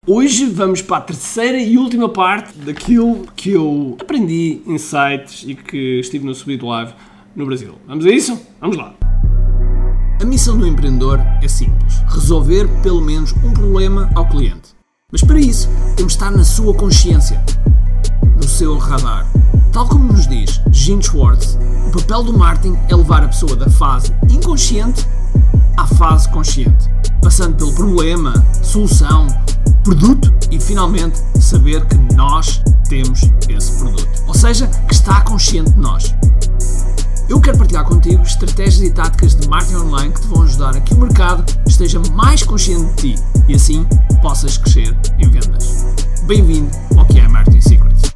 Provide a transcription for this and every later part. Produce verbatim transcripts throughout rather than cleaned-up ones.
Hoje vamos para a terceira e última parte daquilo que eu aprendi em sites e que estive no Subido Live no Brasil. Vamos a isso? Vamos lá! A missão do empreendedor é simples: resolver pelo menos um problema ao cliente. Mas para isso, temos de estar na sua consciência, no seu radar. Tal como nos diz Gene Schwartz, o papel do marketing é levar a pessoa da fase inconsciente à fase consciente, passando pelo problema, solução, produto e finalmente saber que nós temos esse produto. Ou seja, que está consciente de nós. Eu quero partilhar contigo estratégias e táticas de marketing online que te vão ajudar a que o mercado esteja mais consciente de ti e assim possas crescer em vendas. Bem-vindo ao Q I Marketing Secrets.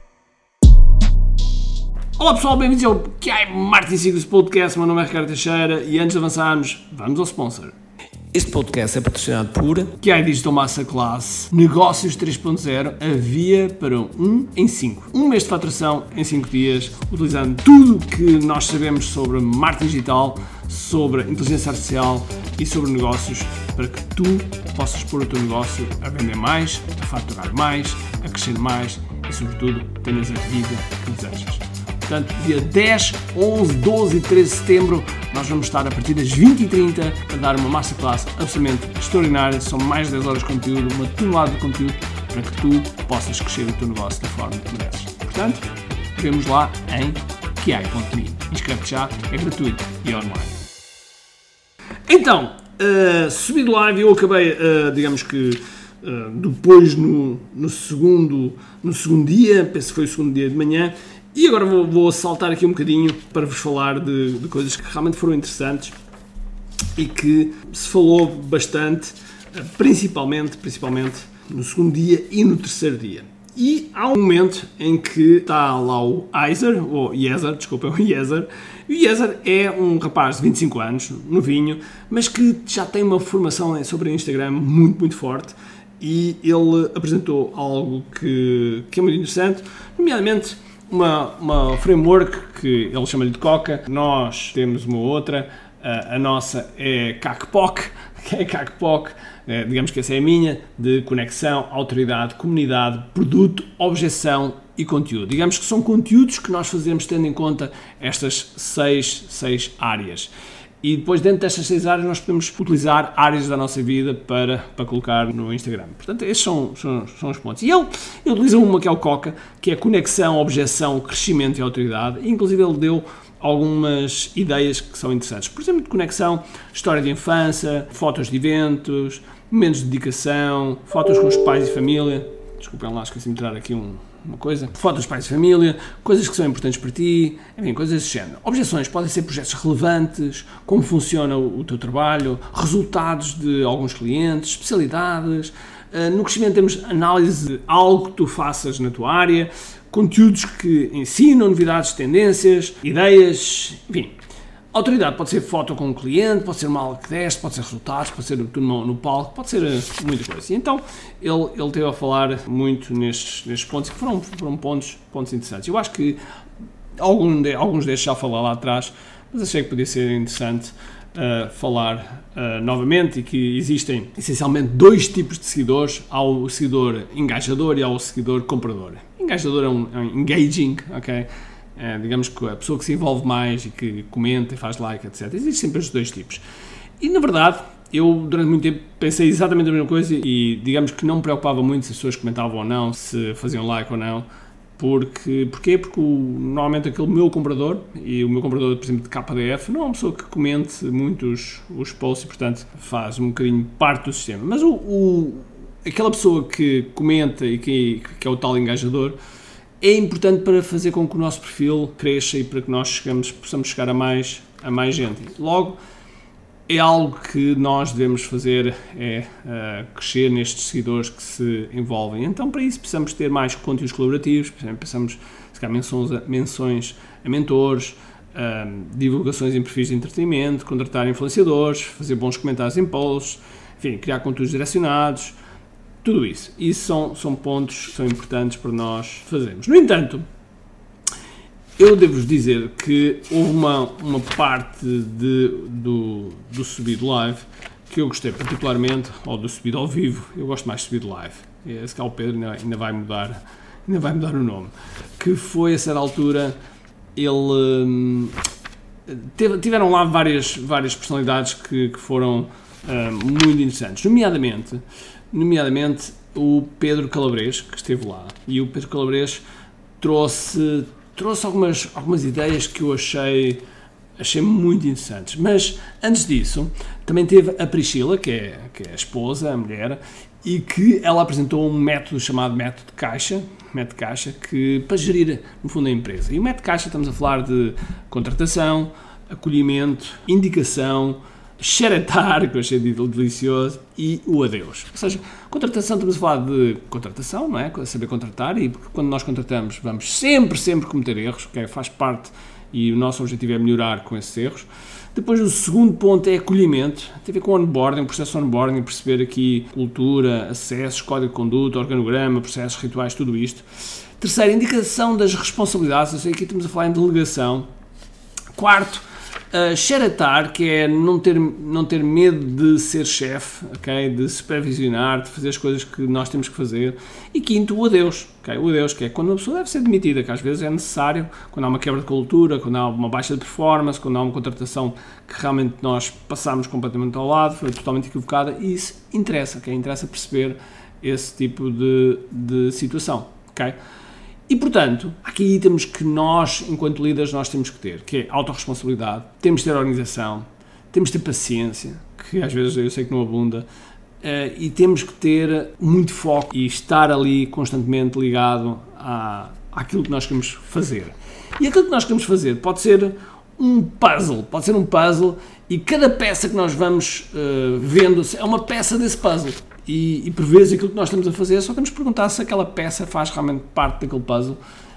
Olá pessoal, bem-vindos ao Q I Marketing Secrets Podcast. Meu nome é Ricardo Teixeira e antes de avançarmos, vamos ao sponsor. Este podcast é patrocinado por Q I Digital Masterclass Negócios três ponto zero, a via para um em cinco. Um mês de faturação em cinco dias, utilizando tudo o que nós sabemos sobre marketing digital, sobre inteligência artificial e sobre negócios, para que tu possas pôr o teu negócio a vender mais, a faturar mais, a crescer mais e, sobretudo, tenhas a vida que desejas. Portanto, dia dez, onze, doze e treze de setembro, nós vamos estar a partir das vinte e trinta a dar uma masterclass absolutamente extraordinária. São mais de dez horas de conteúdo, uma tonelada de conteúdo para que tu possas crescer o teu negócio da forma que mereces. Portanto, vemos lá em Q I ponto me. Inscreve-te já, é gratuito e online. Então, uh, subido live, eu acabei, uh, digamos que, uh, depois no, no, segundo, no segundo dia, penso que foi o segundo dia de manhã, e agora vou, vou saltar aqui um bocadinho para vos falar de, de coisas que realmente foram interessantes e que se falou bastante, principalmente, principalmente no segundo dia e no terceiro dia. E há um momento em que está lá o Yezer, ou Yezer, desculpa, o Yezer. O Yezer é um rapaz de vinte e cinco anos, novinho, mas que já tem uma formação sobre Instagram muito, muito forte. E ele apresentou algo que, que é muito interessante, nomeadamente Uma, uma framework que ele chama-lhe de Coca. Nós temos uma outra, a, a nossa é C A C P O C, que é C A C P O C, é, digamos que essa é a minha, de conexão, autoridade, comunidade, produto, objeção e conteúdo. Digamos que são conteúdos que nós fazemos tendo em conta estas seis, seis áreas. E depois, dentro destas seis áreas, nós podemos utilizar áreas da nossa vida para, para colocar no Instagram. Portanto, estes são, são, são os pontos. E ele, ele utiliza uma que é o Coca, que é conexão, objeção, crescimento e autoridade. E, inclusive, ele deu algumas ideias que são interessantes. Por exemplo, de conexão, história de infância, fotos de eventos, momentos de dedicação, fotos com os pais e família. Desculpem lá, esqueci de entrar aqui um... uma coisa, fotos dos pais e família, coisas que são importantes para ti, enfim, coisas desse género. Objeções podem ser projetos relevantes, como funciona o, o teu trabalho, resultados de alguns clientes, especialidades. Uh, no crescimento temos análise de algo que tu faças na tua área, conteúdos que ensinam, novidades, tendências, ideias, enfim. Autoridade pode ser foto com um cliente, pode ser uma aula que deste, pode ser resultados, pode ser tu no, no palco, pode ser muita coisa. E então, ele, ele teve a falar muito nestes, nestes pontos, que foram, foram pontos, pontos interessantes. Eu acho que algum de, alguns destes já falei lá atrás, mas achei que podia ser interessante uh, falar uh, novamente, e que existem essencialmente dois tipos de seguidores. Há o seguidor engajador e há o seguidor comprador. Engajador é um, é um engaging, ok? É, digamos que a pessoa que se envolve mais e que comenta e faz like, etcétera. Existem sempre estes dois tipos. E, na verdade, eu durante muito tempo pensei exatamente a mesma coisa e, digamos que não me preocupava muito se as pessoas comentavam ou não, se faziam like ou não. Porque, porquê? Porque o, normalmente aquele meu comprador, e o meu comprador, por exemplo, de K D F, não é uma pessoa que comente muito os, os posts e, portanto, faz um bocadinho parte do sistema. Mas o, o, aquela pessoa que comenta e que, que é o tal engajador, é importante para fazer com que o nosso perfil cresça e para que nós chegamos, possamos chegar a mais, a mais gente. Logo, é algo que nós devemos fazer, é uh, crescer nestes seguidores que se envolvem. Então, para isso, precisamos ter mais conteúdos colaborativos, precisamos ter menções a, menções a mentores, uh, divulgações em perfis de entretenimento, contratar influenciadores, fazer bons comentários em posts, enfim, criar conteúdos direcionados. Tudo isso. Isso são, são pontos que são importantes para nós fazermos. No entanto, eu devo-vos dizer que houve uma, uma parte de, do, do subido live que eu gostei particularmente, ou do subido ao vivo. Eu gosto mais de subido live. esse cá o Pedro ainda, ainda vai mudar, ainda vai mudar o nome, que foi a certa altura, ele hum, teve, tiveram lá várias, várias personalidades que, que foram hum, muito interessantes, nomeadamente, nomeadamente o Pedro Calabres, que esteve lá, e o Pedro Calabres trouxe, trouxe algumas, algumas ideias que eu achei Achei muito interessantes, mas antes disso também teve a Priscila, que é, que é a esposa, a mulher, e que ela apresentou um método chamado método de caixa, método de caixa, que, para gerir no fundo a empresa. E o método de caixa estamos a falar de contratação, acolhimento, indicação, xeretar, que eu achei delicioso, e o adeus. Ou seja, contratação, estamos a falar de contratação, não é? Saber contratar, e quando nós contratamos vamos sempre, sempre cometer erros, que faz parte. E o nosso objetivo é melhorar com esses erros. Depois, o segundo ponto é acolhimento. Tem a ver com o onboarding, o processo de onboarding, perceber aqui cultura, acessos, código de conduta, organograma, processos, rituais, tudo isto. Terceiro, indicação das responsabilidades. Eu sei que aqui estamos a falar em delegação. Quarto, uh, xeretar, que é não ter, não ter medo de ser chefe, okay? De supervisionar, de fazer as coisas que nós temos que fazer. E quinto, o adeus. Okay? O adeus, que é quando uma pessoa deve ser demitida, que às vezes é necessário, quando há uma quebra de cultura, quando há uma baixa de performance, quando há uma contratação que realmente nós passamos completamente ao lado, foi totalmente equivocada, e isso interessa, okay? Interessa perceber esse tipo de, de situação. Okay? E, portanto, aqui temos que nós, enquanto líderes, nós temos que ter, que é autorresponsabilidade, temos que ter organização, temos que ter paciência, que às vezes eu sei que não abunda, Uh, e temos que ter muito foco e estar ali constantemente ligado à, àquilo que nós queremos fazer. E aquilo que nós queremos fazer pode ser um puzzle, pode ser um puzzle e cada peça que nós vamos uh, vendo é uma peça desse puzzle. E, e por vezes aquilo que nós estamos a fazer só temos que perguntar se aquela peça faz realmente parte daquele puzzle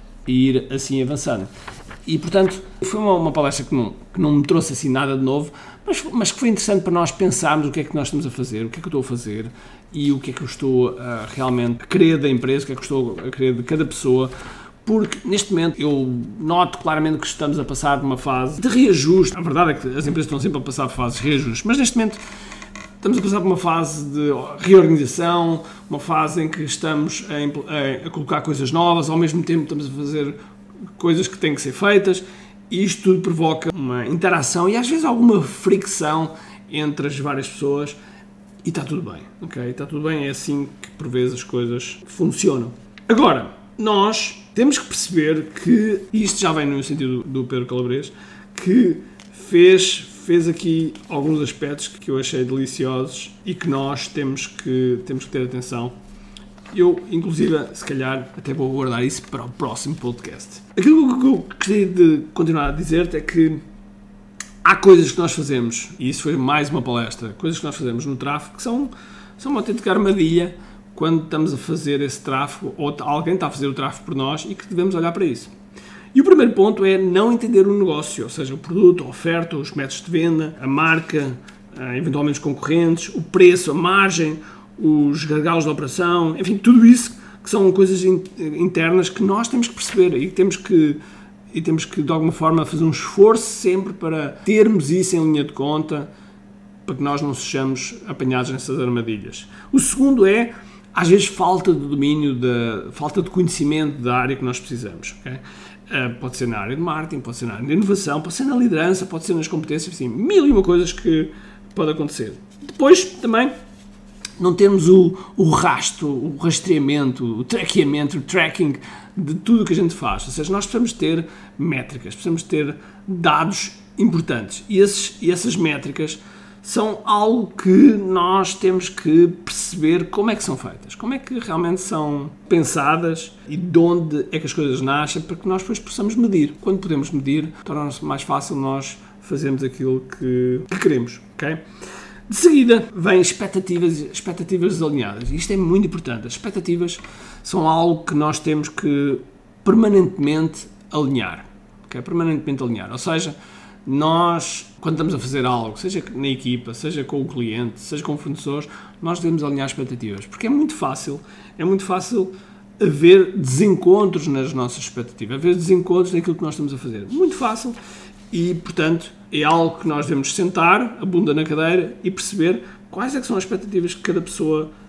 e ir assim avançando. E, portanto, foi uma, uma palestra que não, que não me trouxe assim nada de novo, mas, mas que foi interessante para nós pensarmos o que é que nós estamos a fazer, o que é que eu estou a fazer e o que é que eu estou a, realmente a querer da empresa, o que é que eu estou a querer de cada pessoa, porque neste momento eu noto claramente que estamos a passar por uma fase de reajuste. A verdade é que as empresas estão sempre a passar por fases de reajuste, mas neste momento estamos a passar por uma fase de reorganização, uma fase em que estamos a, a, a colocar coisas novas, ao mesmo tempo estamos a fazer coisas que têm que ser feitas, e isto tudo provoca uma interação e às vezes alguma fricção entre as várias pessoas e está tudo bem, ok? Está tudo bem, é assim que por vezes as coisas funcionam. Agora, nós temos que perceber que, e isto já vem no sentido do Pedro Calabres, que fez, fez aqui alguns aspectos que eu achei deliciosos e que nós temos que, temos que ter atenção. Eu, inclusive, se calhar, até vou guardar isso para o próximo podcast. Aquilo que eu gostaria de continuar a dizer-te é que há coisas que nós fazemos, e isso foi mais uma palestra, coisas que nós fazemos no tráfego que são, são uma autêntica armadilha quando estamos a fazer esse tráfego, ou alguém está a fazer o tráfego por nós e que devemos olhar para isso. E o primeiro ponto é não entender o negócio, ou seja, o produto, a oferta, os métodos de venda, a marca, eventualmente os concorrentes, o preço, a margem, os gargalos da operação, enfim, tudo isso que são coisas internas que nós temos que perceber e temos que, e temos que de alguma forma fazer um esforço sempre para termos isso em linha de conta, para que nós não sejamos apanhados nessas armadilhas. O segundo é, às vezes, falta de domínio, de, falta de conhecimento da área que nós precisamos. Okay? Uh, pode ser na área de marketing, pode ser na área de inovação, pode ser na liderança, pode ser nas competências, enfim, mil e uma coisas que pode acontecer. Depois, também, não temos o, o rastro, o rastreamento, o traqueamento, o tracking de tudo o que a gente faz. Ou seja, nós precisamos ter métricas, precisamos ter dados importantes. E, esses, e essas métricas são algo que nós temos que perceber como é que são feitas, como é que realmente são pensadas e de onde é que as coisas nascem, para que nós depois possamos medir. Quando podemos medir, torna-se mais fácil nós fazermos aquilo que, que queremos, ok? De seguida, vêm expectativas, expectativas desalinhadas. Isto é muito importante. As expectativas são algo que nós temos que permanentemente alinhar. Okay? Permanentemente alinhar. Ou seja, nós, quando estamos a fazer algo, seja na equipa, seja com o cliente, seja com fornecedores, nós devemos alinhar expectativas. Porque é muito fácil, é muito fácil haver desencontros nas nossas expectativas, haver desencontros naquilo que nós estamos a fazer. Muito fácil. E, portanto, é algo que nós devemos sentar, a bunda na cadeira, e perceber quais é que são as expectativas que cada pessoa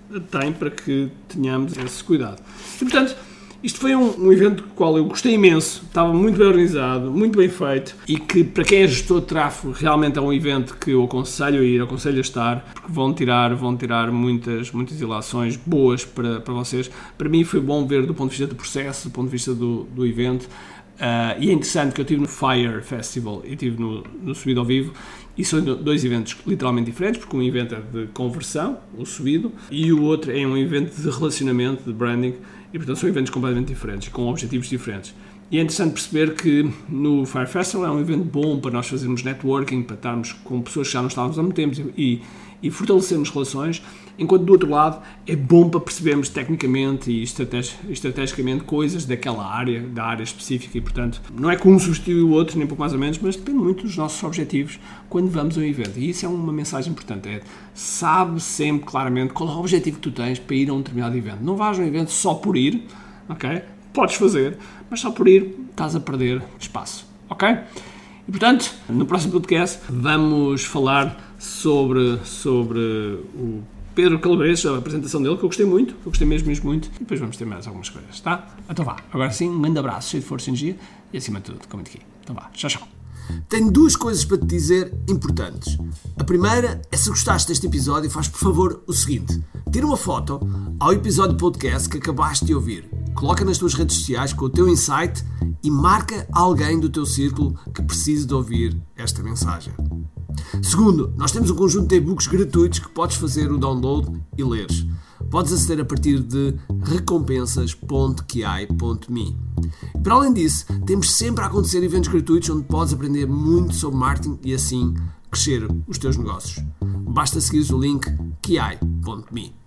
tem para que tenhamos esse cuidado. E, portanto, isto foi um, um evento do qual eu gostei imenso, estava muito bem organizado, muito bem feito e que para quem é gestor de tráfego realmente é um evento que eu aconselho a ir, aconselho a estar, porque vão tirar, vão tirar muitas, muitas ilações boas para, para vocês. Para mim foi bom ver do ponto de vista do processo, do ponto de vista do, do evento uh, e é interessante que eu estive no Fire Festival e estive no, no Subido ao Vivo e são dois eventos literalmente diferentes, porque um evento é de conversão, o Subido, e o outro é um evento de relacionamento, de branding. E, portanto, são eventos completamente diferentes, com objetivos diferentes. E é interessante perceber que no Fire Festival é um evento bom para nós fazermos networking, para estarmos com pessoas que já não estávamos há muito tempo e, e fortalecermos relações, enquanto do outro lado é bom para percebermos tecnicamente e estrategi- estrategicamente coisas daquela área, da área específica e, portanto, não é que um substitui o outro, nem pouco mais ou menos, mas depende muito dos nossos objetivos quando vamos a um evento. E isso é uma mensagem importante, é sabe sempre claramente qual é o objetivo que tu tens para ir a um determinado evento. Não vais a um evento só por ir, ok? Podes fazer, mas só por ir estás a perder espaço, ok? E, portanto, no próximo podcast vamos falar sobre, sobre o Pedro Calabres, a apresentação dele, que eu gostei muito, que eu gostei mesmo, mesmo muito, e depois vamos ter mais algumas coisas, tá? Então vá, agora sim, um grande abraço, cheio de força e energia, e acima de tudo, comente aqui. Então vá, tchau, tchau. Tenho duas coisas para te dizer importantes. A primeira é, se gostaste deste episódio, faz por favor o seguinte: tira uma foto ao episódio do podcast que acabaste de ouvir, coloca nas tuas redes sociais com o teu insight e marca alguém do teu círculo que precise de ouvir esta mensagem. Segundo, nós temos um conjunto de e-books gratuitos que podes fazer o download e leres. Podes aceder a partir de recompensas ponto kiai ponto me. E para além disso, temos sempre a acontecer eventos gratuitos onde podes aprender muito sobre marketing e assim crescer os teus negócios. Basta seguir o link kiai ponto me.